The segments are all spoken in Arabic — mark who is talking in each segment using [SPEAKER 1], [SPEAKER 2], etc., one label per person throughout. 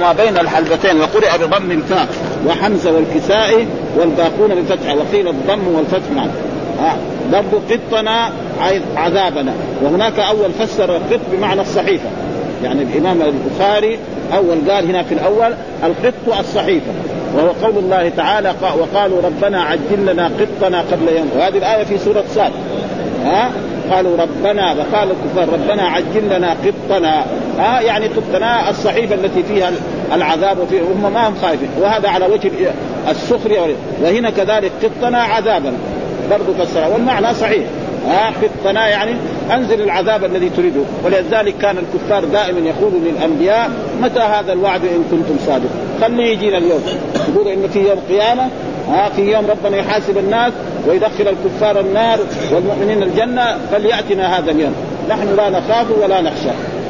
[SPEAKER 1] ما بين الحلبتين، وقرئ بضم الفاء وحمزة والكسائي والباقون بالفتح، وقيل الضم والفتح معا. برضو قطنا عذابنا. وهناك أول فسر القط بمعنى الصحيفة، يعني الإمام البخاري أول قال هنا في الأول القط الصحيفة، وهو قول الله تعالى وقالوا ربنا عجل لنا قطنا قبل يوم. وهذه الآية في سورة صاد. قالوا ربنا، وقال الكفار ربنا عجل لنا قطنا، يعني قطنا الصحيفة التي فيها العذاب، وفيه هم ما هم خايفين، وهذا على وجه السخرية. وهنا كذلك قطنا عذابا برضو فسر، والمعنى صحيح. قطنا يعني أنزل العذاب الذي تريده. ولذلك كان الكفار دائما يقولوا للأنبياء متى هذا الوعد إن كنتم صادقين، خليه يجينا اليوم. يقولوا إن في يوم قيامة، في يوم ربنا يحاسب الناس ويدخل الكفار النار والمؤمنين الجنة، فليأتنا هذا اليوم، نحن لا نخاف ولا نخشى.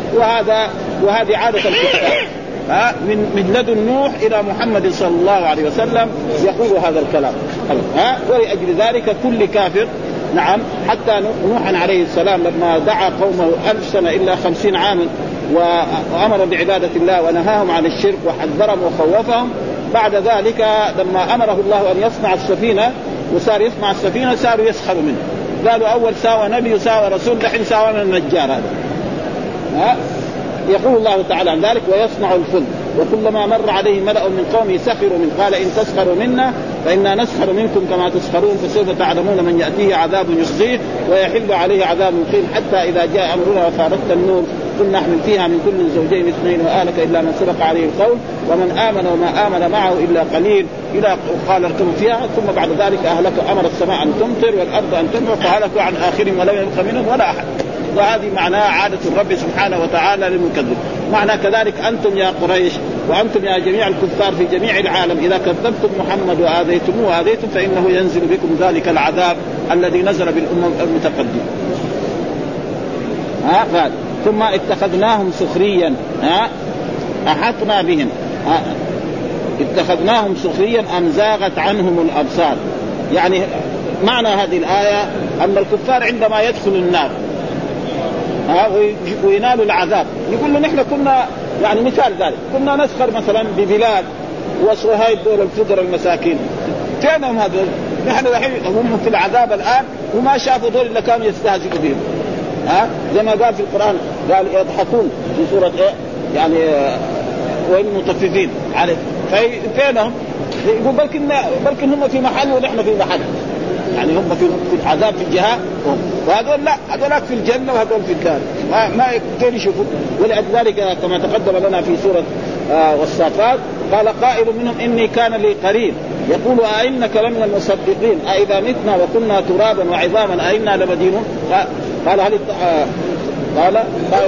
[SPEAKER 1] وهذه عادة الكفار، من لدن نوح إلى محمد صلى الله عليه وسلم يقول هذا الكلام. ولأجل ذلك كل كافر، نعم، حتى نوح عليه السلام لما دعا قومه 1000 سنة إلا 50 عاما وأمر بعبادة الله ونهاهم عن الشرك وحذرهم وخوفهم، بعد ذلك لما أمره الله أن يصنع السفينة وصار يصنع السفينة صاروا يسخروا منه، قالوا أول ساوى نبي وساوى رسول، دحين ساوى النجار هذا. يقول الله تعالى عن ذلك ويصنع الفلك وكلما مر عليه ملأ من قومه سخروا منه قال إن تسخروا منا فإنا نسخر منكم كما تسخرون فسوف تعلمون من يأتيه عذاب يخزيه ويحل عليه عذاب مقيم حتى إذا جاء أمرنا وفارقت النور قل نحمل فيها من كل زوجين اثنين وآلك إلا من سبق عليه القول ومن آمن وما آمن معه إلا قليل إلى قال اركبوا فيها ثم بعد ذلك أهلكوا أمر السماء أن تمطر والأرض أن تنبت فهلكوا عن آخرهم ولم يبق منهم ولا أحد. وهذه معناها عادة الرب سبحانه وتعالى للمكذب. معنى كذلك أنتم يا قريش وأنتم يا جميع الكفار في جميع العالم إذا كذبتم محمد وآذيتموه وآذيتم فإنه ينزل بكم ذلك العذاب الذي نزل بالأمم المتقدمة. قال ثم اتخذناهم سخريا أحطنا بهم اتخذناهم سخريا أم زاغت عنهم الأبصار. يعني معنى هذه الآية أن الكفار عندما يدخلوا النار وينالوا العذاب يقول له نحن كنا يعني مثال ذلك كنا نسخر مثلا ببلاد وهاي الدول الفقراء المساكين فينهم هذول نحن الحين هم في العذاب الآن وما شافوا دول اللي كانوا يستهزئوا بهم. زي ما قال في القرآن قال يضحكون في سورة يعني والمطففين عليه فينهم يقول بلكن هم في محل ونحن في محل يعني هم في العذاب في الجهة وهذول لا هذول في الجنة وهذول في النار ما يقدرون يشوفوا. ولذلك كما تقدم لنا في سورة والصافات قال قائل منهم إني كان لي قرين يقول أئنك لمن المصدقين أئذا متنا وكنا ترابا وعظاما أئنا لمدينون قال هل قال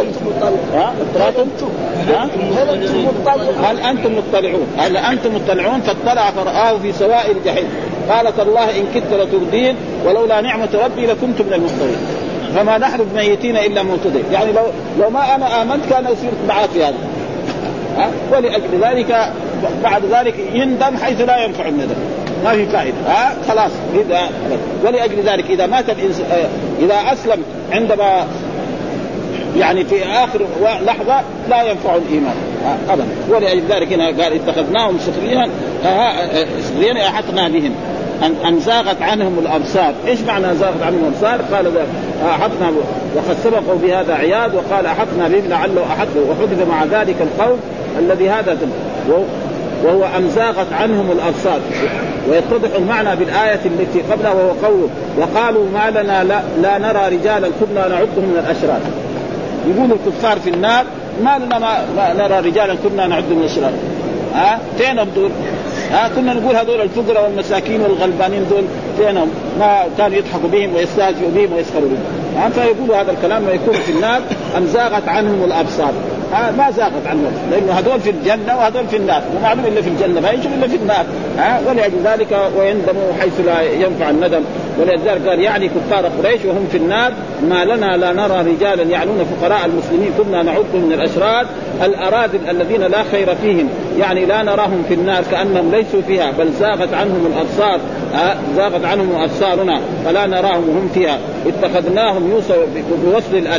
[SPEAKER 1] هل أنتم مطلعون فاطلع فرآه في سواء الجحيم قال تالله إن كدت لتردين ولولا نعمة ربي لكنت من المضطرين فما نحن بميتين إلا موتدين. يعني لو ما أنا آمنت كان يصير معاك هذا. ولأجل ذلك بعد ذلك يندم حيث لا ينفع الندم ما في فائدة خلاص. ولأجل ذلك إذا مات إذا أسلم عندما يعني في آخر لحظة لا ينفع الإيمان أبدا. ولأجل ذلك هنا قال اتخذناهم سخريا أحطنا بهم أن زاغت عنهم الأبصار. إيش معنى زاغت عنهم الأبصار؟ قال أحطنا وقد سبقوا بهذا عياد وقال أحطنا بهم لعله أحطوا وحدث مع ذلك القول الذي هذا وهو أن زاغت عنهم الأبصار. ويتضح المعنى بالآية التي قبلها وهو قوله وقالوا ما لنا لا نرى رجالا كنا نعدهم من الأشرار. يقول الكفار في النار ما لنا ما نرى رجالا كنا نعدهم من الأشرار. فينهم دول؟ كنا نقول هذول الفقراء والمساكين والغلبانين دول فينهم؟ ما كانوا يضحكوا بهم ويستهزئوا بهم ويسخروا بهم. فيقولوا هذا الكلام ويكون في النار أم زاغت عنهم الأبصار. ما زاغت عنهم لأنه هذول في الجنة وهذول في النار ومعلوم إلا في الجنة ما يجوا إلا في النار. ولأجل ذلك ويندموا حيث لا ينفع الندم. ولذلك قال يعني كفار قريش وهم في النار ما لنا لا نرى رجالا يعنون فقراء المسلمين كنا نعدهم من الأشرار الأراذل الذين لا خير فيهم يعني لا نراهم في النار كأنهم ليسوا فيها بل زاغت عنهم الأبصار زاغت عنهم أبصارنا فلا نراهم وهم فيها. اتخذناهم يوسف بوصل الألف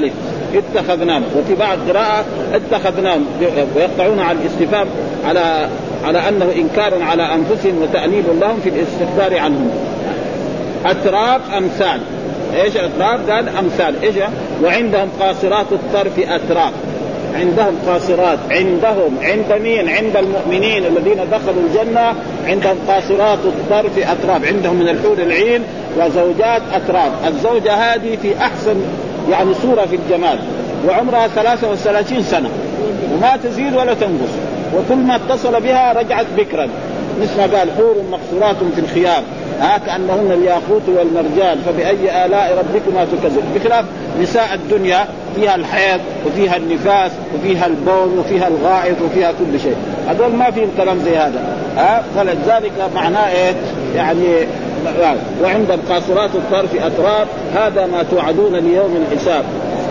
[SPEAKER 1] اتخذناهم، وفي بعض قراءة اتخذناهم، ويقطعون على الاستفهام على أنه إنكار على أنفسهم وتأنيب لهم في الاستكبار عنهم. أتراب أمثال، إيش أتراب؟ قال أمثال. إيش؟ وعندهم قاصرات الطرف أتراب، عندهم قاصرات، عند مين؟ عند المؤمنين الذين دخلوا الجنة عندهم قاصرات الطرف أتراب، عندهم من الحور العين وزوجات أتراب. الزوجة هذه في أحسن يعني صورة في الجمال، وعمرها 33 سنة وما تزيد ولا تنقص، وكل ما اتصل بها رجعت بكرا، مثل ما قال حور مقصورات في الخيام كأنهن الياقوت والمرجان فبأي آلاء ربكما تكذب. بخلاف نساء الدنيا فيها الحيض وفيها النفاس وفيها البول وفيها الغائط وفيها كل شيء، هذول ما فيهم كلام زي هذا. فلذلك معناه إيه يعني وعند قاصرات الطرف أتراب هذا ما توعدون ليوم الحساب.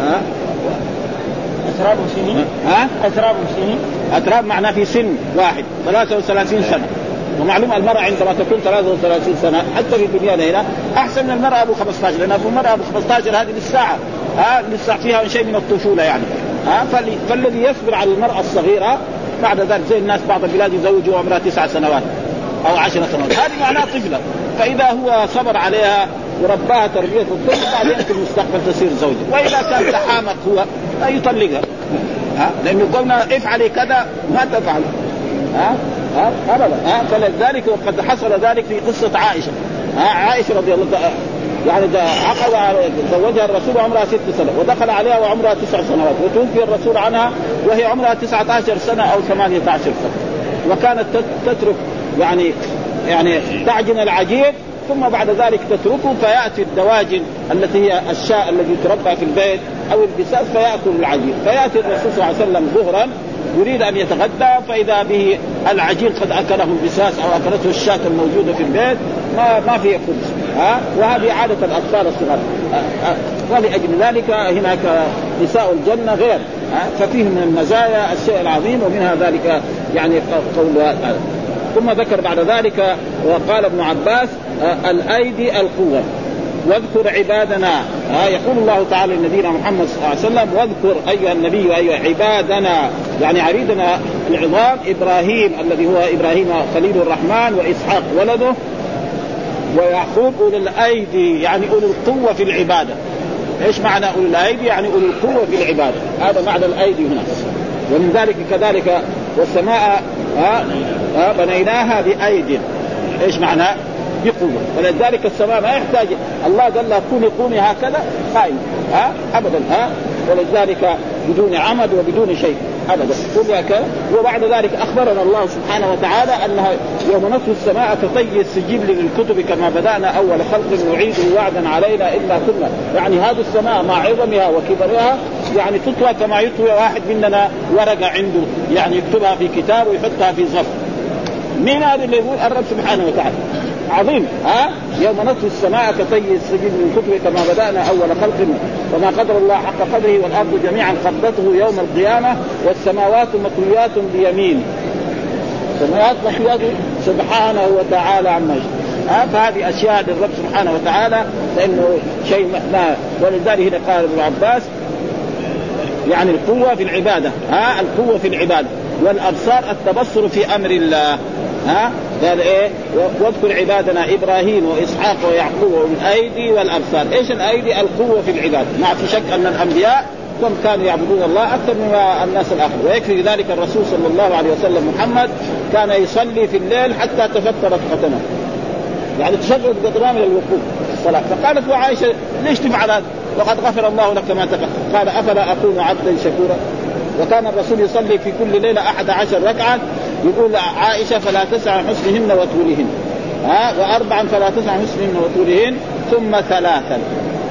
[SPEAKER 2] أتراب سنين. أتراب سنين.
[SPEAKER 1] أتراب معناه في سن واحد 33 سنة، ومعلوم المرأة عندما تكون 33 سنة حتى في الدنيا هنا أحسن من المرأة أبو 15، لأن المرأة أبو 15 هذه للساعة لسه فيها شيء من الطفولة يعني. فالذي يصبر على المرأة الصغيرة بعد ذلك زي الناس بعض البلاد يزوجوا عمرها 9 سنوات أو 10 سنوات، هذه معناها طفلة. فإذا هو صبر عليها ورباها تربية الطفل بعدين في المستقبل تصير زوجة. وإذا كان تحامق هو يطلقها، لأنه قلنا افعلي كذا ما تفعل أبدا. فلذلك وقد حصل ذلك في قصة عائشة. عائشة رضي الله يعني عقد زوجها الرسول عمرها 6 سنة ودخل عليها وعمرها 9 سنوات، وتوفي الرسول عنها وهي عمرها 19 سنة أو 18 سنة، وكانت تترك يعني تعجن العجين ثم بعد ذلك تتركه فيأتي الدواجن التي هي الشاء الذي تربى في البيت أو البساس فيأكل العجين. فيأتي الرسول صلى الله عليه وسلم ظهرا يريد أن يتغدى فإذا به العجين قد أكله البساس أو أكلته الشاة الموجودة في البيت ما في خبز. وهذه عادة الأطفال الصغار. ولأجل ذلك هناك نساء الجنة غير، ففيه من المزايا الشيء العظيم، ومنها ذلك يعني قول. ثم ذكر بعد ذلك وقال ابن عباس الأيدي القوة، واذكر عبادنا. يقول الله تعالى لنبينا محمد صلى الله عليه وسلم واذكر أيها النبي أيها عبادنا، يعني عريدنا العظام إبراهيم الذي هو إبراهيم خليل الرحمن وإسحاق ولده ويعقوب أولي الأيدي، يعني أولي القوة في العبادة. إيش معنى أولي الأيدي؟ يعني أولي القوة في العبادة، هذا معنى الأيدي هنا. ومن ذلك كذلك والسماء بنيناها بأيد، إيش معناه؟ بقوة. ولذلك السماء ما يحتاج الله قال لا كوني هكذا قائم أبدا ولذلك بدون عمد وبدون شيء أبدا كوني هكذا. وبعد ذلك أخبرنا الله سبحانه وتعالى أنها يوم نطوي السماء كطي السجل للكتب كما بدأنا أول خلق نعيده وعدا علينا إلا كنا. يعني هذه السماء مع عظمها وكبرها يعني تطوى كما يطوي واحد مننا ورقة عنده يعني يكتبها في كتاب ويحطها في ظرف. مين هذا اللي يقول؟ الرب سبحانه وتعالى عظيم. يوم نطوي السماء كطي السجل من الكتب كما بدأنا أول خلق وما قدر الله حق قدره والأرض جميعا قبضته يوم القيامة والسماوات مطويات بيمين. السماوات مطويات سبحانه وتعالى عما يشاء. فهذه أشياء للرب سبحانه وتعالى لأنه شيء ما. ولذلك هنا قال ابن عباس يعني القوة في العبادة. القوة في العبادة والأبصار التبصر في أمر الله. قال إيه؟ واذكر عبادنا إبراهيم وإسحاق ويعقوب والأيدي والأبصار. إيش الأيدي؟ القوة في العبادة. ما في شك أن الأنبياء هم كانوا يعبدون الله أكثر من الناس الآخر. ويكفي ذلك الرسول صلى الله عليه وسلم محمد كان يصلي في الليل حتى تفترت قدمه، يعني تشغل قدمه من الوقوف الصلاة. فقالت عائشة ليش تفعل هذا وقد غفر الله لك ما تقدم؟ قال أفلا أكون عبدا شكورا. وكان الرسول يصلي في كل ليلة 11 ركعة. يقول عائشة فلا تسع حسنهن وطولهن، وأربعا فلا تسع حسنهن وطولهن ثم ثلاثا.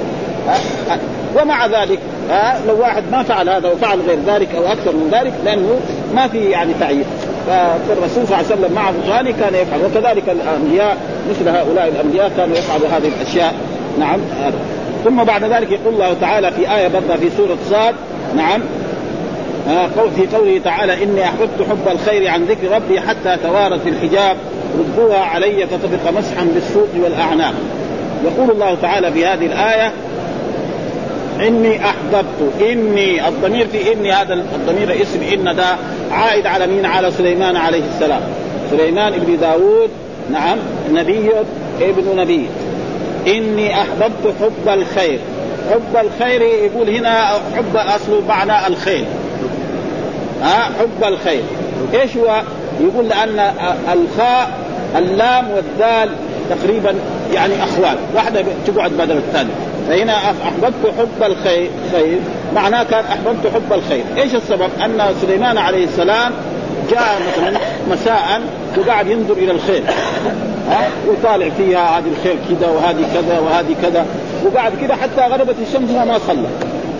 [SPEAKER 1] ومع ذلك لو واحد ما فعل هذا وفعل غير ذلك أو أكثر من ذلك لأنه ما في يعني تعيين. فالرسول صلى الله عليه وسلم مع ذلك كان يفعل. وكذلك الأنبياء مثل هؤلاء الأنبياء كانوا يفعلوا هذه الأشياء. نعم. ثم بعد ذلك يقول الله تعالى في آية برضه في سورة صاد. نعم. في قوله تعالى إني أحببت حب الخير عن ذكر ربي حتى توارت في الحجاب ردوها علي فطبق مسحا بالسوق والأعناق. يقول الله تعالى في هذه الآية إني أحببت. إني الضمير في إني، هذا الضمير اسم إن ده عائد على مين؟ على سليمان عليه السلام. سليمان ابن داود، نعم، نبي ابن نبي. إني أحببت حب الخير. حب الخير يقول هنا حب أصله معنى الخير، حب الخير. إيش هو؟ يقول لأن الخاء اللام والدال تقريبا يعني أخوان، واحدة تقعد بدل الثانية. فهنا أحببت حب الخير معناه كان أحببت حب الخير. إيش السبب؟ أن سليمان عليه السلام جاء مثلا مساء وقاعد ينظر إلى الخير، وطالع فيها هذه الخير كذا وهذه كذا وهذه كذا، وقاعد كذا حتى غربت الشمس وما صلى.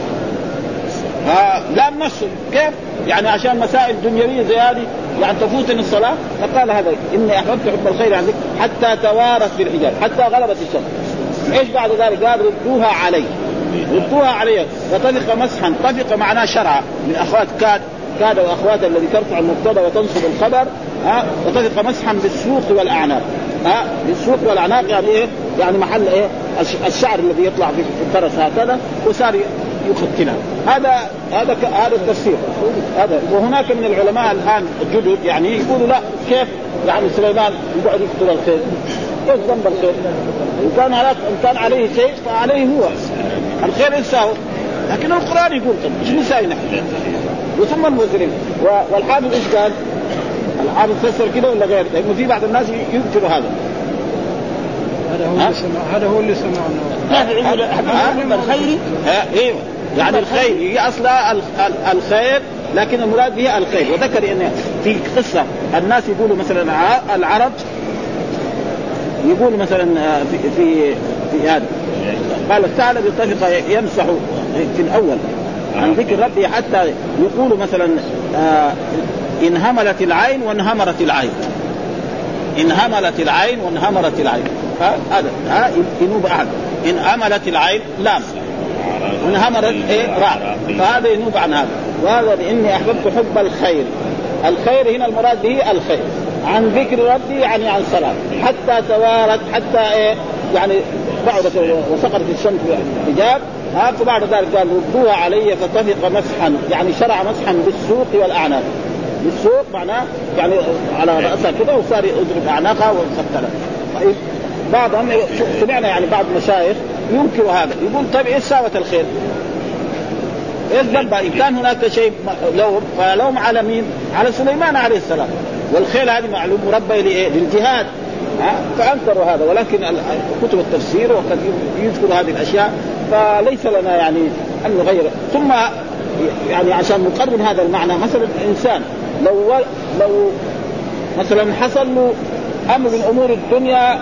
[SPEAKER 1] لا نفسه كيف يعني عشان مسائل دنيوية زي هذه يعني تفوتني الصلاة. فقال هذا إني أحببت حب الخير عندك حتى توارت بالحجاب، حتى غلبت الشمس. إيش بعد ذلك؟ قال ردوها علي، ردوها علي. وطفق مسحا، طفق معناه شرع من أخوات كاد وأخوات الذي ترفع المبتدا وتنصب الخبر. وطفق مسحا بالسوق والأعناق. بالسوق والأعناق يعني إيه؟ يعني محل إيه؟ الشعر الذي يطلع في الفرس هكذا، وصار يختنها. هذا التفسير هذا. وهناك من العلماء الآن الجدد يعني يقولوا لا، كيف يعني سليمان يقعد يقتل الخير؟ ايش ذنب الخير؟ إن كان عليه شيء فعليه هو الخير إنساه. لكن القرآن يقول مش نسائنا وثم المزرين. والحافظ إيش قال؟ الحافظ فسر كده ولا غير؟ لأنه في بعض الناس ينكروا هذا.
[SPEAKER 2] هذا هو اللي سمعنا.
[SPEAKER 1] هذا الخير ايوه يعني الخير هي اصلا الخير، لكن المراد به الخير. وذكر ان في قصه الناس يقولوا مثلا العرب يقولوا مثلا في هذا قال الثعلب يتفق يمسح في الاول عن ذكر ربي حتى يقولوا مثلا انهملت العين وانهمرت العين، انهملت العين وانهمرت العين. هذا ينوب أحد. إن أملت العين لام، وانهمرت راء، فهذا ينوب عن هذا. وهذا إني أحببت حب الخير. الخير هنا المراد به الخير عن ذكر ربي يعني عن صلاة حتى توارت، حتى يعني بعدت وسقطت الشمس حجاب. فبعد ذلك قال ردوها علي فطفق مسحا، يعني شرع مسحا بالسوق والأعناق. بالسوق معناه يعني على رأسها كده وصار يضرب أعناقها ويختلها. طيب بعضهم سمعنا يعني بعض المشايخ ينكر هذا، يقول طيب ايش ساوت الخير؟ ايش ذنبها؟ ان كان هناك شيء لوم فلوم على مين؟ على سليمان عليه السلام. والخير هذه معلوم مربى للجهاد، فانكروا هذا. ولكن كتب التفسير وقد يذكر هذه الاشياء، فليس لنا يعني ان نغير. ثم يعني عشان نقرب هذا المعنى، مثلا الانسان لو مثلا حصل له أمر من أمور الدنيا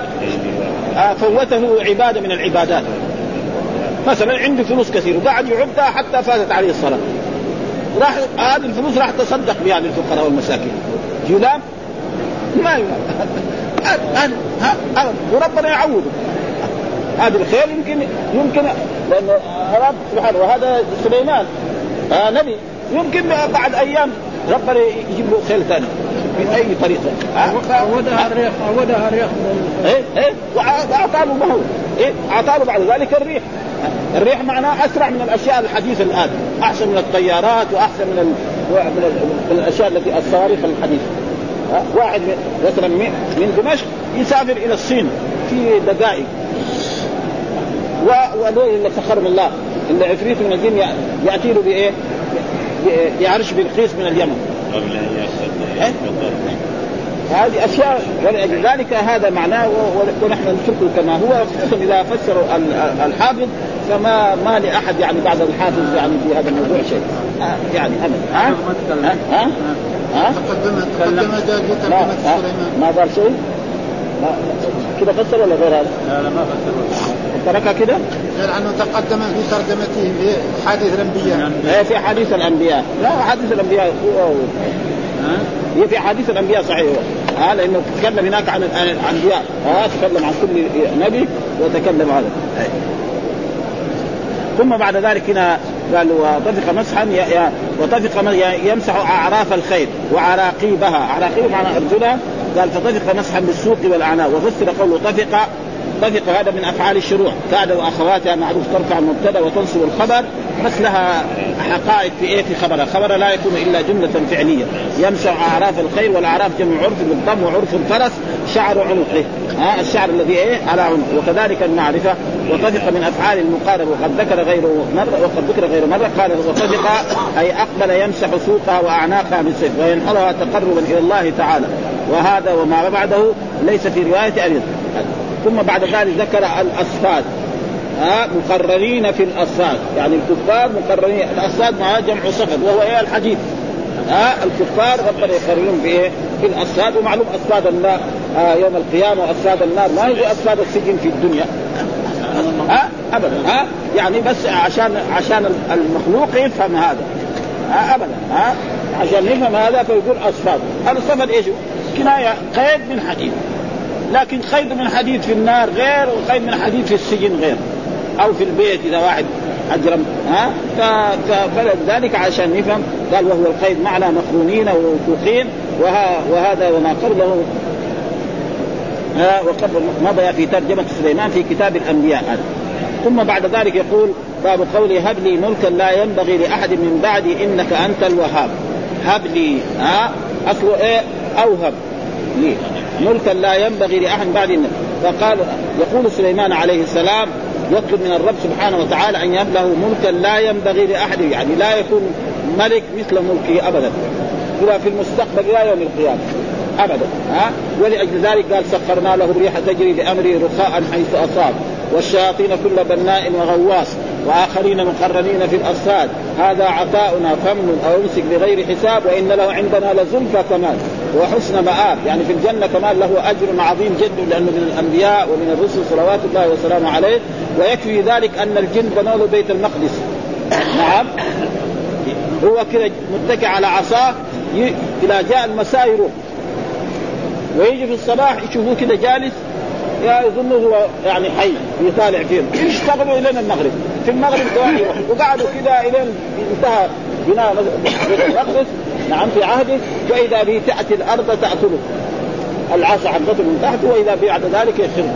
[SPEAKER 1] فوته عبادة من العبادات، مثلا عنده فلوس كثير وقاعد يعبدها حتى فاتت عليه الصلاة، راح هذه الفلوس راح تصدق بها للفقراء والمساكين، يلام؟ ما يلام. وربنا يعوضه. هذا الخير يمكن لأن رب سبحانه، وهذا سليمان نبي، يمكن بعد أيام ربنا يجيب له خير ثاني من أي طريقة.
[SPEAKER 2] عودها الريح
[SPEAKER 1] وأعطاه ما هو أعطاه بعد ذلك الريح معناه أسرع من الأشياء الحديثة الآن، أحسن من الطيارات وأحسن من الأشياء التي الصواريخ الحديثة. واحد مثلا من دمشق يسافر إلى الصين في دقائق. ولولا اللي سخر الله اللي عفريت من الجن يأتي له بإيه؟ يعرش بالقيس من اليمن. هذه أشياء، ولذلك هذا معناه ونحن نشكر كما هو. خصوصا إذا فسروا الحافظ فما لأحد يعني بعد الحافظ يعني في هذا الموضوع شيء يعني أبدا. تقدم ما قال شيء كده فسر ولا غير هذا؟
[SPEAKER 2] لا ما فسر،
[SPEAKER 1] تركها كده.
[SPEAKER 2] قال عنه تقدم في ترجمته في حديث الأنبياء.
[SPEAKER 1] في حديث الأنبياء. لا حديث الأنبياء هي في حديث الأنبياء صحيح. لأنه تكلم هناك عن الأنبياء، تكلم عن كل نبي وتكلم هذا. ثم بعد ذلك هنا قالوا وطفق مسحا وطفق يمسح أعراف الخير وعراقيبها. عراقيب معنى أرجلها. قال فطفق مسحا بالسوق والأعناق. وفسر قوله طفق طفق هذا من أفعال الشروع. كاد وأخواتها معروف ترفع المبتدا وتنصب الخبر بس لها حقائق في إيه في خبرها. خبرها لا يكون إلا جملة فعلية. يمسح أعراف الخير والأعراف جمع عرف بالضم وعرف الفرس شعر عنقه الشعر الذي إيه على عنق. وكذلك المعرفة وطفق من أفعال المقاربة وقد ذكر غير مرة قال وطفق أي أقبل يمسح سوقها وأعناقها بالسيف وينحرها تقربا إلى الله تعالى. وهذا وما بعده ليس في رواية أبي. ثم بعد ذلك ذكر الأصفاد مقررين في الأصفاد يعني الكفار مقررين. الأصفاد معها جمع صفد وهو إيه الحديث. الكفار ربنا يقررون بإيه في الأصفاد. ومعلوم أصفاد النار يوم القيامة وأصفاد النار ما يجي أصفاد السجن في الدنيا أبدا يعني بس عشان المخلوق يفهم هذا أبدا عشان يفهم هذا فيقول أصفاد. الصفد إيش كناية قيد من حديد. لكن قيد من حديد في النار غير وقيد من حديد في السجن غير أو في البيت إذا واحد أجرم فلذلك عشان نفهم قال وهو القيد معنى مخرونين وموثوقين. وهذا وما قبله وقد مضى في ترجمة سليمان في كتاب الأنبياء. ثم بعد ذلك يقول باب قوله هب لي ملكا لا ينبغي لأحد من بعدي إنك أنت الوهاب. هب لي أصله إيه أوهب لي ملكا لا ينبغي لأحد بعدي. فقال يقول سليمان عليه السلام يطلب من الرب سبحانه وتعالى أن يهب له ملكا لا ينبغي لأحد يعني لا يكون ملك مثل ملكه أبدا ولا في المستقبل لا يوم القيامة أبدا ولأجل ذلك قال سخرنا له الريح تجري بأمره رخاء حيث أصاب والشياطين كل بناء وغواص وآخرين مقرنين في الأصفاد هذا عطاؤنا فمن أو امسك بغير حساب وإن له عندنا لزلفى كمال وحسن مآب. يعني في الجنة كمان له أجر عظيم جدا لأنه من الأنبياء ومن الرسل صلوات الله وسلامه عليه. ويكفي ذلك أن الجن بنوا له بيت المقدس نعم هو كده متكئ على عصاه إذا جاء المساء يروح ويجي في الصباح يشوفوه كده جالس يظنه هو يعني حي يطالع فيهم يشتغلوا إلى المغرب. في المغرب يروح وقعدوا كده إلى انتهى بناء بيت المقدس نعم في عهده. فإذا به تأتي الأرض تأكله العصا حقته من تحت وإذا بعد ذلك يخرج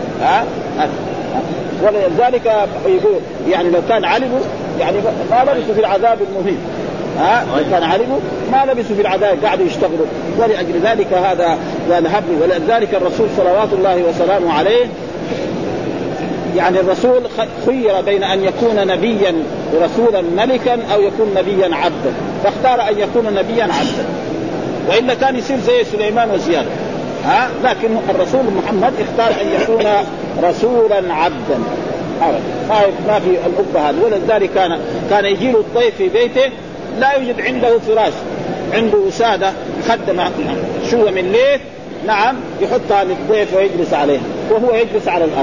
[SPEAKER 1] ولذلك يقول يعني لو كان علموا يعني ما لبسوا في العذاب المهين كان علموا ما لبسوا في العذاب قاعدوا يشتغلوا. ولأجل ذلك هذا ذهب. ولذلك الرسول صلوات الله وسلامه عليه يعني الرسول خير بين أن يكون نبيا ورسولا ملكا أو يكون نبيا عبدا فاختار أن يكون نبيا عبدا وإلا كان يصير زي سليمان وزيادة لكن الرسول محمد اختار أن يكون رسولا عبدا ما في الأبهة. ولذلك كان يجيله الضيف في بيته لا يوجد عنده فراش عنده وسادة خدم شوة من ليف نعم يحطها للضيف ويجلس عليها وهو يجلس على الأرض.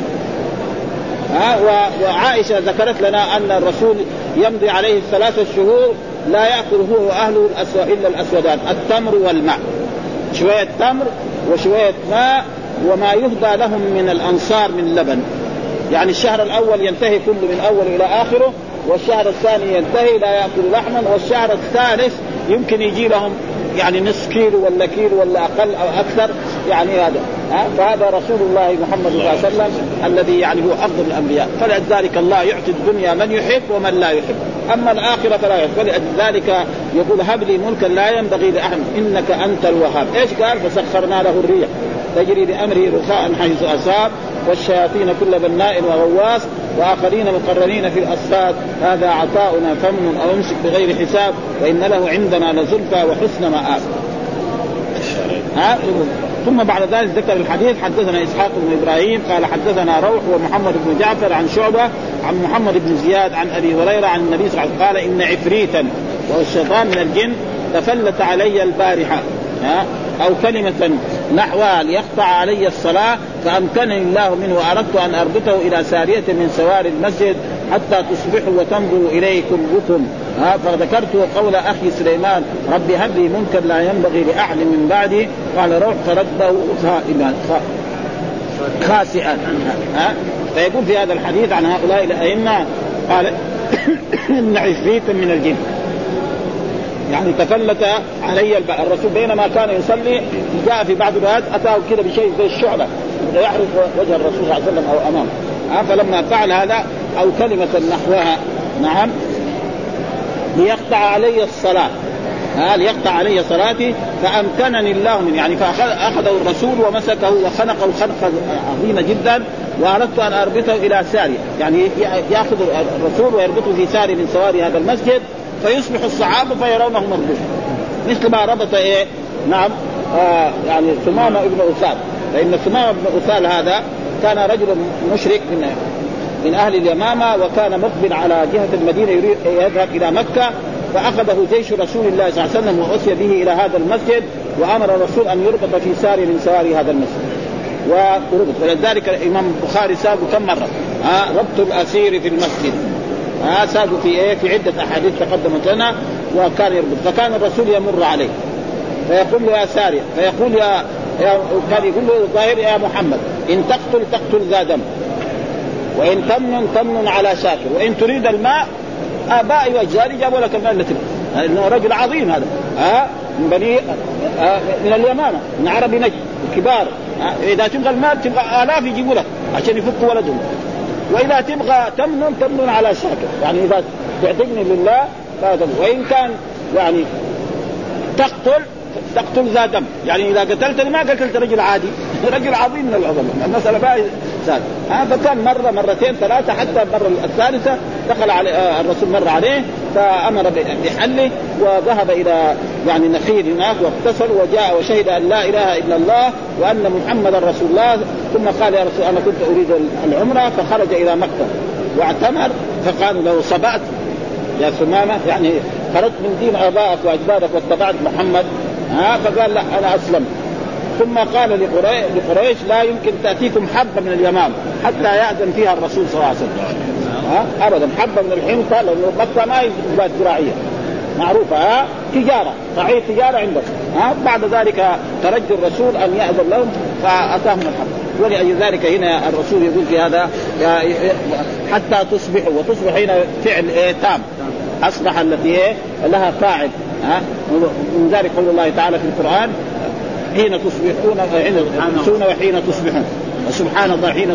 [SPEAKER 1] وعائشة ذكرت لنا أن الرسول يمضي عليه 3 شهور لا يأكل هو وأهله إلا الأسودان التمر والماء شوية تمر وشوية ماء وما يهدى لهم من الأنصار من لبن. يعني الشهر الأول ينتهي كله من أول إلى آخره والشهر الثاني ينتهي لا يأكل لحما والشهر الثالث يمكن يجي لهم يعني نصف كيلو ولا كيلو ولا أقل أو أكثر يعني هذا فهذا رسول الله محمد صلى الله عليه وسلم الذي يعني هو أفضل الأنبياء. فلذلك الله يعطي الدنيا من يحب ومن لا يحب أما الآخرة فلا يحب. فلذلك يقول هب لي ملكا لا ينبغي لأحد إنك أنت الوهاب. إيش قال فسخرنا له الريح تجري بأمره رخاء حيث أصاب والشياطين كل بناء وغواص وآخرين مقرنين في الأصفاد هذا عطاؤنا فمن أو امسك بغير حساب وإن له عندنا لزلفى وحسن مآب. ثم بعد ذلك ذكر الحديث حدثنا إسحاق بن إبراهيم قال حدثنا روح ومحمد بن جعفر عن شعبة عن محمد بن زياد عن أبي هريرة عن النبي صلى الله عليه وسلم قال إن عفريتا وهو الشيطان من الجن تفلت علي البارحة أو كلمة نحوها ليقطع علي الصلاة فأمكنني الله منه وأردت أن أربطه إلى سارية من سوار المسجد حتى تصبحوا وتنظروا إليه كلكم فذكرت قول أخي سليمان ربي هب لي ملكا لا ينبغي لأحد من بعدي قال روح فرده خاسئا فيقول في هذا الحديث عن هؤلاء الأئمة قال إن عفريتا من الجن يعني تفلت علي الرسول بينما كان يصلي جاء في بعض الروايات أتاه كده بشيء زي الشعلة يحرق وجه الرسول صلى الله عليه وسلم أو أمامه. فلما فعل هذا أو كلمة نحوها نعم ليقطع علي الصلاة ليقطع علي صلاتي فأمكنني الله من يعني فأخذه الرسول ومسكه وخنقه خنقة عظيمة جدا وأردت أن أربطه إلى ساري يعني يأخذ الرسول ويربطه في ساري من سواري هذا المسجد فيصبح الصحابة فيرونه مربوط مثل ما ربط نعم يعني ثمامة ابن أسال. فإن ثمامة ابن أسال هذا كان رجل مشرك من أهل اليمامة وكان مقبل على جهة المدينة يريد يذهب إلى مكة فأخذه جيش رسول الله صلى الله عليه وسلم وأسي به إلى هذا المسجد وأمر الرسول أن يربط في ساري من سواري هذا المسجد وربط. ولذلك الإمام البخاري سابه كم مرة ربط الأسير في المسجد سابه في عدة أحاديث تقدمت لنا وكان يربط. فكان الرسول يمر عليه فيقول له يا ساري فيقول كان يقول له الظاهر يا محمد إن تقتل ذا دم وإن تمن على شاكر وإن تريد الماء آبائي وأجدادي جابوا لك الماء التي إنه رجل عظيم هذا من بني من اليمامة من عرب نجد كبار إذا تبغى الماء تبغى آلاف يجيبوا لك عشان يفكوا ولدهم وإذا تبغى تمن على شاكر يعني إذا تعتقني لله وإن كان يعني تقتل ذا دم يعني إذا قتلتني ما قتلت رجل عادي رجل عظيم من العظماء المسألة بقى سهل. فكان مرة مرتين ثلاثة حتى المرة الثالثة دخل على الرسول مر عليه فأمر بحله وذهب إلى يعني نخيل هناك واغتسل وجاء وشهد أن لا إله إلا الله وأن محمد رسول الله ثم قال يا رسول أنا كنت أريد العمرة فخرج إلى مكة واعتمر فقالوا له صبأت يا ثمامة يعني خرجت من دين آبائك وأجدادك واتبعت محمد فقال لا أنا أسلم. ثم قال لقريش لا يمكن تأتيكم حبة من اليمام حتى يأذن فيها الرسول صلى الله عليه وسلم أبدا حبة من الحنطة لأنه مكة ما يوجد زراعية معروفة تجارة صحيح تجارة عندك بعد ذلك ترجى الرسول أن يأذن لهم فأتاهم الحبة. ولذلك هنا الرسول يقول في هذا حتى تصبحوا وتصبح هنا فعل تام أصبح التي لها فاعل من ذلك قول الله تعالى في القرآن حين تصبحون حين تمسون وحين تصبحون سبحان الله حين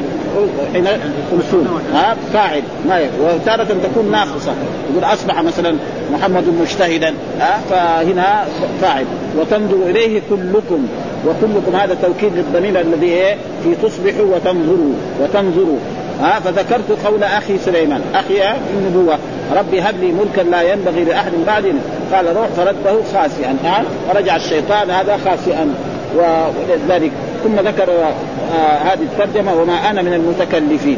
[SPEAKER 1] تمسون فاعل ما وتارة تكون ناقصة يقول أصبح مثلا محمد مجتهدا فهنا فاعل وتنظر إليه كلكم وكلكم هذا توكيد للضمير الذي في تصبحوا وتنظروا فذكرت قول أخي سليمان أخي في النبوة ربي هب لي ملكا لا ينبغي لأحد بعدنا قال روح فرده خاسئا فرجع الشيطان هذا خاسئا. ولذلك ثم ذكر هذه الترجمة وما أنا من المتكلفين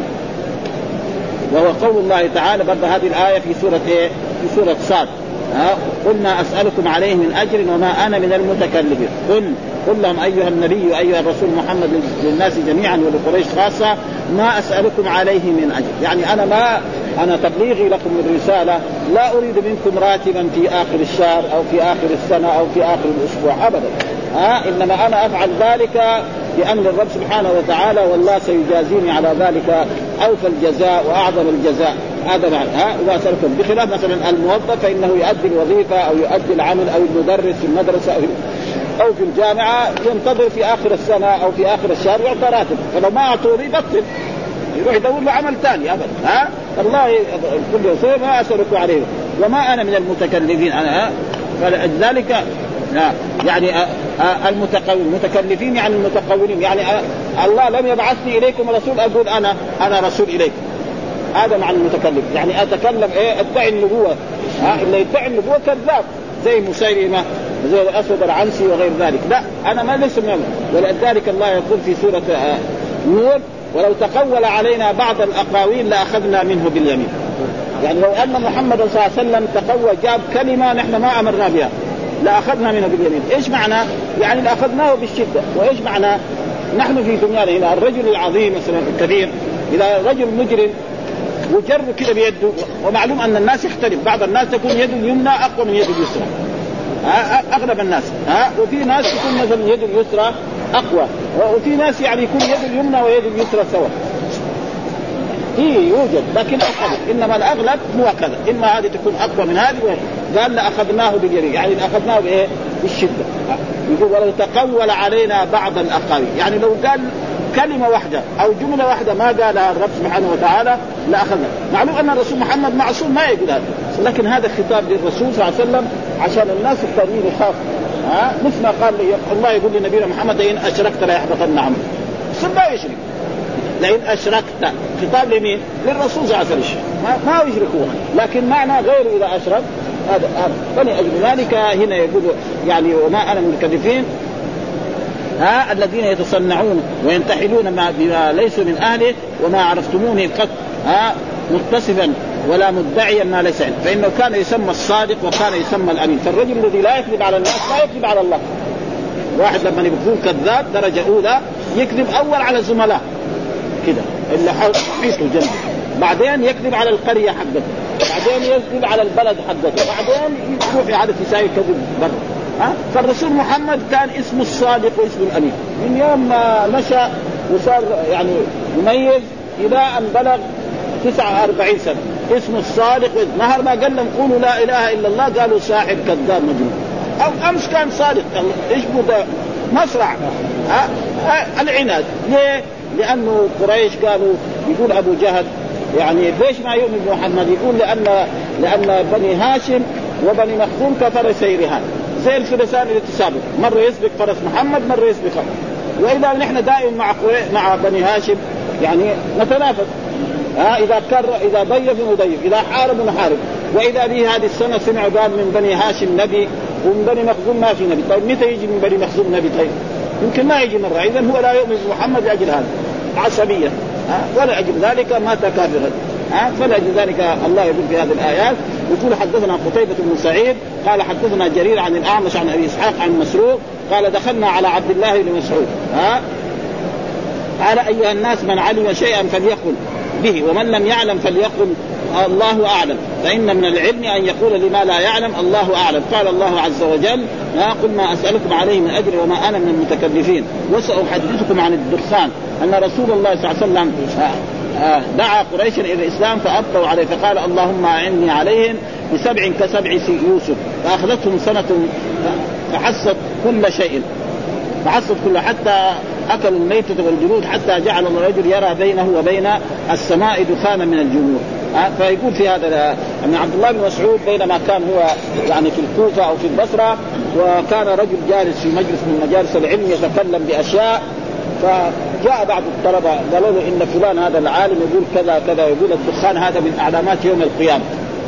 [SPEAKER 1] وهو قول الله تعالى بعد هذه الآية في سورة صاد قلنا أسألكم عليه من أجر وما أنا من المتكلفين قل لهم أيها النبي وأيها الرسول محمد للناس جميعا ولقريش خاصة ما أسألكم عليه من أجر يعني أنا تبليغي لكم الرسالة لا أريد منكم راتبا في آخر الشهر أو في آخر السنة أو في آخر الأسبوع أبدا إنما أنا أفعل ذلك بأمر الرب سبحانه وتعالى والله سيجازيني على ذلك أوفى الجزاء وأعظم الجزاء هذا وأسألكم بخلاف مثلا الموظف فإنه يؤدي الوظيفة أو يؤدي العمل أو المدرس في المدرسة أو في الجامعة ينتظر في آخر السنة أو في آخر الشهر يعطى راتب فلو ما أعطوه يبطل يروح يدور له عمل ثاني أبدا الله كل يوم ما أسألكم عليه وما أنا من المتكلفين أنا فلذلك يعني المتكلفين يعني المتقولين يعني الله لم يبعثني إليكم رسول أقول أنا رسول إليكم هذا مع المتكلم يعني أتكلم أدعي النبوة اللي يدعي النبوة كذاب زي مسيلمة زي الأسود العنسي وغير ذلك لا أنا ما ليس منهم. ولذلك الله يقول في سورة نور ولو تقول علينا بعض الأقاويل لأخذنا منه باليمين يعني لو أن محمد صلى الله عليه وسلم تقوى جاب كلمة نحن ما أمرنا بها لأخذنا منه باليمين. إيش معنى يعني لأخذناه بالشدة وإيش معنى نحن في دنيانا هنا الرجل العظيم مثلا الكبير إذا رجل مجرم وجرب كده بيده ومعلوم أن الناس يختلف بعض الناس تكون يد اليمنى أقوى من يد اليسرى أغلب الناس وفي ناس تكون مثلا يد اليسرى أقوى وفي ناس يعني يكون يد اليمنى ويد اليسرى سوا يوجد لكن أقل إنما الأغلب هو كذا إما هذه تكون أقوى من هذه قال لأخذناه باليمين يعني أخذناه بالشدة. يقول ولو تقول علينا بعض الأقاويل يعني لو قال كلمة واحدة أو جملة واحدة ما قالها الرب سبحانه وتعالى لأخذها. معلوم أن الرسول محمد معصوم ما يقول هذا، لكن هذا خطاب للرسول صلى الله عليه وسلم عشان الناس التانيين يخافوا. مثل ما قال الله يقول لنبينا محمد إن أشركت لا يحبطن عملك. الرسول ما يشرك، لئن أشركت خطاب لمين؟ للرسول صلى الله عليه وسلم، ما يشركوها، لكن معنى غير إذا أشرك هذا بني أجل ذلك. هنا يقول يعني وما أنا من المكذبين الذين يتصنعون وينتحلون بما ليس من أهله وما عرفتموني قد متصفا ولا مدعيا ما ليس عنده، فإنه كان يسمى الصادق وكان يسمى الأمين. فالرجل الذي لا يكذب على الناس لا يكذب على الله. واحد لما يكون كذاب درجة أولى يكذب أول على الزملاء كده اللي حيثه جنبه، بعدين يكذب على القرية حقته، بعدين يكذب على البلد حقته، بعدين يروح إعادة يساوي كذب برا. فالرسول محمد كان اسمه الصادق واسمه الأمين من يوم ما نشأ وصار يعني مميز إلى أن بلغ 49 سنة اسمه الصادق. نهر ما قال لهم قولوا لا إله إلا الله قالوا ساحر كذاب مجنون. أو أمس كان صادق، إيش بده مصرع العناد. ليه؟ لأنه قريش قالوا يقول أبو جهل يعني ليش ما يؤمن بمحمد؟ يقول لأن بني هاشم وبني مخزوم كفرسي رهان زي الفرسان اللي تسابق، مرة يسبق فرس محمد مرة يسبق فرس. وإذا نحن دائما مع بني هاشم يعني نتنافس، إذا ضيف نضيف، إذا حارب نحارب. وإذا به هذه السنة سمعوا قال من بني هاشم نبي ومن بني مخزوم ما في نبي. طيب متى يجي من بني مخزوم نبي؟ طيب يمكن ما يجي مرة. إذن هو لا يؤمن بمحمد لأجل هذا عصبية ولا أجل ذلك مات كافرا. فلأجل ذلك الله يقول في هذه الآيات يقول حدثنا قتيبة بن سعيد قال حدثنا جرير عن الأعمش عن أبي إسحاق عن مسروق قال دخلنا على عبد الله بن مسعود قال أيها الناس من علم شيئا فليقل به ومن لم يعلم فليقل الله أعلم، فإن من العلم أن يقول لما لا يعلم الله أعلم. قال الله عز وجل قل ما أسألكم عليه من أجر وما أنا من المتكلفين وسأحدثكم عن الدخان أن رسول الله صلى الله عليه وسلم دعا قريشا إلى الإسلام فأبطوا عليه فقال اللهم أعني عليهم بسبع كسبع يوسف فأخذتهم سنة فحصت كل شيء حتى أكلوا الميتة والجلود حتى جعل الرجل يرى بينه وبين السماء دخانا من الجموع. فيقول في هذا أن عبد الله بن مسعود بينما كان هو يعني في الكوفة أو في البصرة وكان رجل جالس في مجلس من مجالس العلم يتكلم بأشياء، فجاء بعض الطلبة قالوا له إن فلان هذا العالم يقول كذا كذا، يقول الدخان هذا من أعلامات يوم القيامة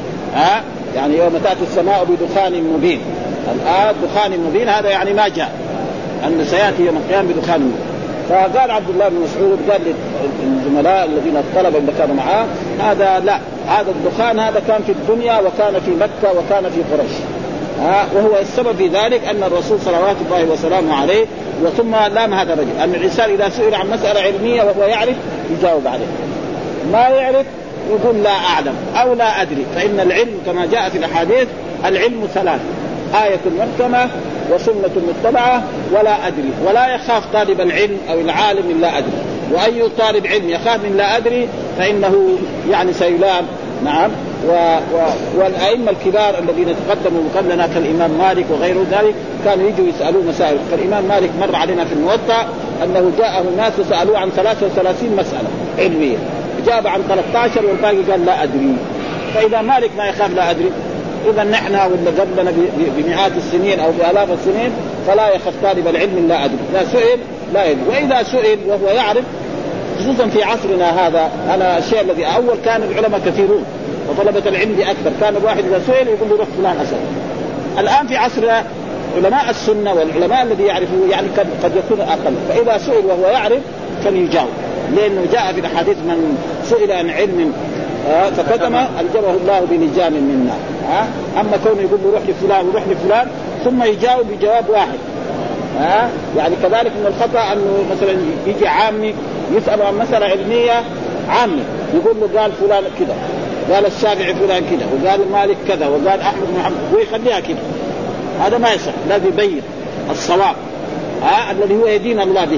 [SPEAKER 1] يعني يوم تأتي السماء بدخان مبين. الآن دخان مبين هذا يعني ما جاء أن سيأتي يوم القيامة بدخان مبين. فقال عبد الله بن مسعود قال للزملاء الذين الطلبة اللي كانوا معاه هذا لا، هذا الدخان هذا كان في الدنيا وكان في مكة وكان في قريش وهو السبب في ذلك أن الرسول صلوات الله وسلامه عليه. وثم لام هذا الرجل أن الإنسان إذا سئل عن مسألة علمية وهو يعرف يجاوب عليه، ما يعرف يقول لا أعلم أو لا أدري. فإن العلم كما جاء في الأحاديث العلم ثلاث: آية محكمة وسنة متبعة ولا أدري. ولا يخاف طالب العلم أو العالم من لا أدري، وأي طالب علم يخاف من لا أدري فإنه يعني سيلام. نعم. والأئمة الكبار الذين تقدموا قبلنا كالإمام مالك وغير ذلك كانوا يجوا يسألون مسائل. فالإمام مالك مر علينا في الموطأ أنه جاءه الناس وسألوه عن 33 مسألة علمية، جاب عن 13 والباقي قال لا أدري. فإذا مالك ما يخاف لا أدري، إذا نحن واللي قبلنا بمئات السنين أو بآلاف السنين فلا يخاف طالب العلم لا أدري. إذا سئل لا يدري، وإذا سئل وهو يعرف، خصوصا في عصرنا هذا. أنا الشيء الذي أول كان العلماء كثيرون وطلبة العلم أكثر، كان الواحد إذا سئل يقول له روح فلان أسأل. الآن في عصرنا علماء السنة والعلماء الذي يعرفوا يعني قد يكون أقل، فإذا سئل وهو يعرف فليجاوب، لأنه جاء في الحديث من سئل عن علم فكتم ألجمه الله بلجام من نار. أما كونه يقول له روح لفلان وروح لفلان ثم يجاوب بجواب واحد يعني كذلك من الخطأ أنه مثلا يجي عامي يسأل عن مسألة علمية عامي يقول له قال فلان كذا، قال الشافعي فلان كذا، وقال مالك كذا، وقال أحمد محمد، ويخليها كذا. هذا ما يصح، لازم يبين الصواب الذي هو يدين الله به.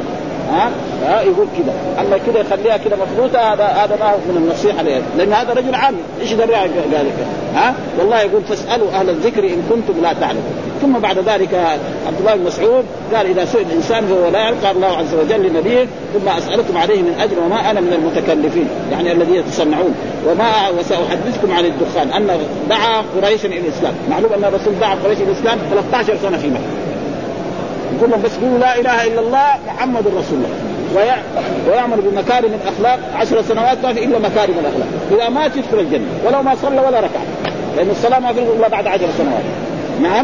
[SPEAKER 1] يقول كده. اما كده يخليها كده مفروضه، هذا ما هو من النصيحه ليه، لان هذا رجل عام ايش دري ذلك. والله يقول فاسالوا اهل الذكر ان كنتم لا تعلمون. ثم بعد ذلك عبد الله بن مسعود قال اذا سئل الانسان فهو لا يعلم، قال الله عز وجل لنبيه ثم اسالكم عليه من اجر وما انا من المتكلفين، يعني الذين يتصنعون، وساحدثكم عن الدخان ان دعا قريشا الى الاسلام. معلوم ان الرسول دعا قريش الى الاسلام 13 سنه في مكه، يقول لهم بس قولوا لا اله الا الله محمد رسول الله، ويعمل بمكارم الاخلاق 10 سنوات ما في الا مكارم الاخلاق، اذا مات يدخل الجنه ولو ما صلى ولا ركع، لان الصلاه ما في الا بعد 10 سنوات. نعم.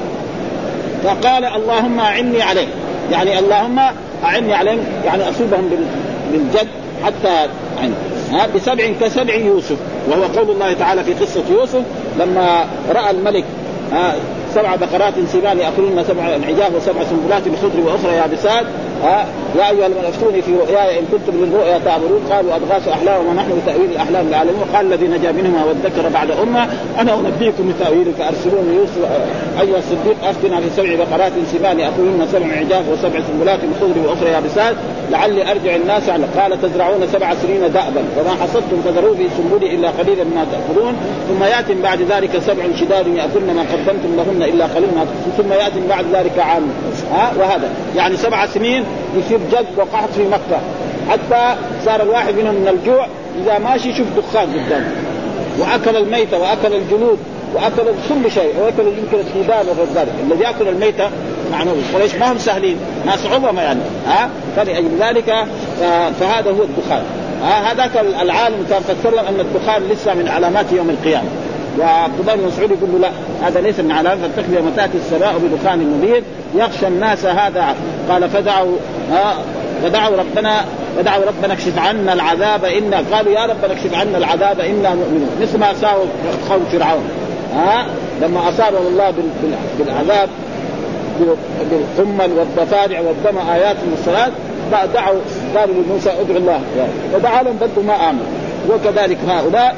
[SPEAKER 1] فقال اللهم اعني عليه، يعني اللهم اعني عليهم، يعني اصيبهم بالجد حتى يعني بسبع كسبع يوسف، وهو قول الله تعالى في قصه يوسف لما راى الملك 7 بقرات سمان يأكلن 7 عجاف و7 سنبلات خضر وأخرى يابسات. يا أيها المفتون في رؤياي إن كنتم للرؤيا تعبرون، قالوا أضغاث أحلام وما نحن بتأويل الأحلام العالمين. قال الذي نجا منهما والذكر بعد أمة أنا أنبئكم بتأويله فأرسلون يوسف أيها الصديق أفتنا في 7 بقرات سمان يأكلن 7 عجاف و7 سنبلات خضر وأخرى يابسات لعلي أرجع الناس. قال تزرعون 7 سنين دأبا وما حصدتم فذروا في سنبله إلا قليلا ما تأكلون ثم يأتي بعد ذلك 7 شداد يأكلن ما قدمتم لهن إلا قليلا ثم يأتي بعد ذلك عام. وهذا يعني 7 سنين يصير جد وقحط في مكة، حتى صار الواحد منهم من الجوع إذا ماشي يشوف دخان قدامه، وأكل الميتة وأكل الجلود وأكل كل شيء، وأكل يمكن السودان وغير ذلك. الذي يأكل الميتة معناه قريش ما هم سهلين، ما صعوبة ما يعني فلأجل ذلك فهذا هو الدخان. هذاك العالم كان فسر أن الدخان لسه من علامات يوم القيامة، وعبد الله بن مسعود يقول له لا هذا ليس من علامات، فاتخذ يوم تأتي السماء بدخان مبين يخشى الناس هذا. قال فدعوا ربنا اكشف عنا العذاب إنا، قالوا يا ربنا اكشف عنا العذاب إنا مؤمنون، مثل ما ساووا قوم فرعون لما أصابهم الله بالعذاب بالقمل والضفادع والدم آيات من الصلاة دعوا قالوا لموسى ادعوا الله، فدعا لهم بدوا ما آمنوا. وكذلك هؤلاء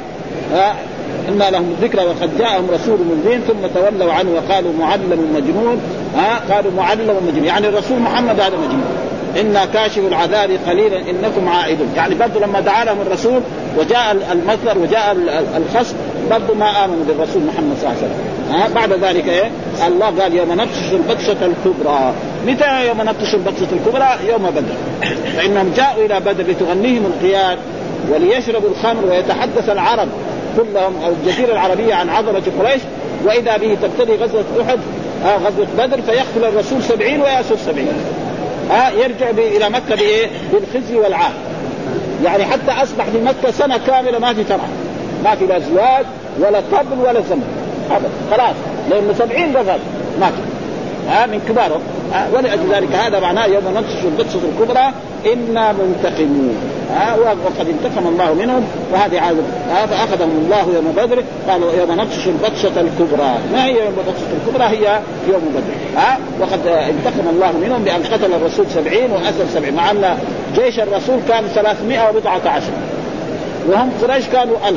[SPEAKER 1] إن لهم ذكرى وقد جاءهم رسول مبين ثم تولوا عنه وقالوا معلم مجنون. قالوا معلم مجنون، يعني الرسول محمد هذا مجنون. إنا كاشف العذاب قليلا إنكم عائدون، يعني برضو لما دعا لهم الرسول وجاء المصدر وجاء الخصم برضو ما آمنوا بالرسول محمد صلى الله عليه وسلم. بعد ذلك الله قال يوم نبطش البطشة الكبرى. متى يوم نبطش البطشة الكبرى؟ يوم بدر. فإنهم جاءوا إلى بدر لتغنيهم القياد وليشربوا الخمر ويتحدث العرب كلهم أو الجزيرة العربية عن عظمة قريش، وإذا به تبتدي غزوة أحد غزوة بدر فيقتل الرسول 70 ويأسر 70. يرجع إلى مكة بالخزي والعار، يعني حتى أصبح في مكة سنة كاملة ما في ترعة، ما في لا زواج ولا طبل ولا زمن خلاص، لأن 70 رجل ماتوا من كبارهم. ولأجل ذلك هذا معناه يوم نبطش البطشة الكبرى إنا منتقمون. وقد انتقم الله منهم، وهذه عادة فأخذهم الله يوم بدر. قالوا يوم نبطش البطشة الكبرى. ما هي يوم البطشة الكبرى؟ هي يوم بدر. وقد انتقم الله منهم بأن قتل الرسول 70 وأسر 70، مع أن جيش الرسول كان 314 وهم قريش كانوا 1000،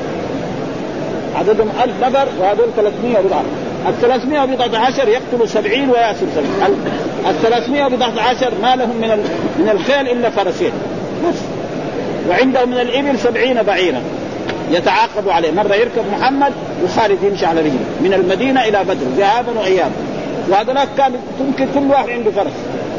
[SPEAKER 1] عددهم 1000 نفر وهذول 300. 314 يقتلوا 70 ويأسر 70. 314 ما لهم من الخيل إلا فرسين بس، وعندهم من الإبل 70 بعيرا يتعاقب عليه. مرة يركب محمد وخالد يمشي على رجله من المدينة إلى بدر ذهابا وإيابا، وهذولاك كان ممكن كل واحد عنده فرس.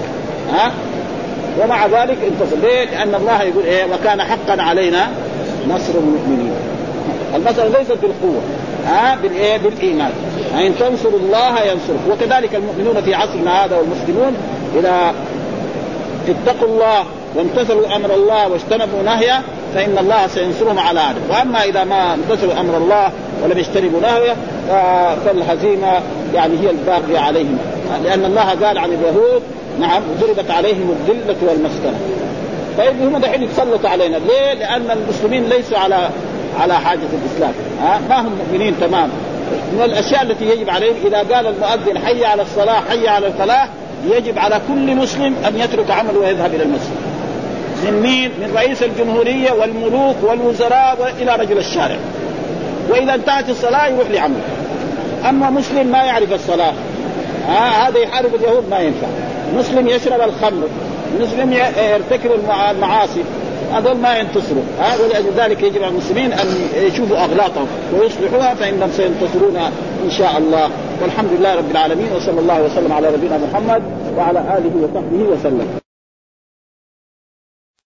[SPEAKER 1] ومع ذلك انتصر. ليه؟ لأن الله يقول وكان حقا علينا نصر المؤمنين. النصر ليست بالقوة بالإيمان. إن تنصروا الله ينصرك. وكذلك المؤمنون في عصرنا هذا والمسلمون إذا اتقوا الله وامتثلوا أمر الله واجتنبوا نهيه فإن الله سينصرهم على عدو. وأما إذا ما امتثلوا أمر الله ولم يجتنبوا نهيه فالهزيمة يعني هي الباقية عليهم، لأن الله قال عن اليهود نعم ضربت عليهم الذلة والمسكنة. طيب هم دحين يتسلطوا علينا ليه؟ لأن المسلمين ليسوا على حاجة الإسلام، ما هم مؤمنين تمام. من الأشياء التي يجب عليهم إذا قال المؤذن حي على الصلاة حي على الفلاح يجب على كل مسلم أن يترك عمله ويذهب إلى المسجد. من مين؟ من رئيس الجمهورية والملوك والوزراء وإلى رجل الشارع. وإذا انتهت الصلاة يروح لعمله. أما مسلم ما يعرف الصلاة هذا يحارب اليهود ما ينفع. مسلم يشرب الخمر المسلمين يرتكبوا المعاصي هذول ما ينتصروا. ولذلك يجب على المسلمين أن يشوفوا أغلاطهم ويصلحوها فإنهم سينتصرون إن شاء الله. والحمد لله رب العالمين، وصلى الله وسلم على نبينا محمد وعلى آله وصحبه وسلم.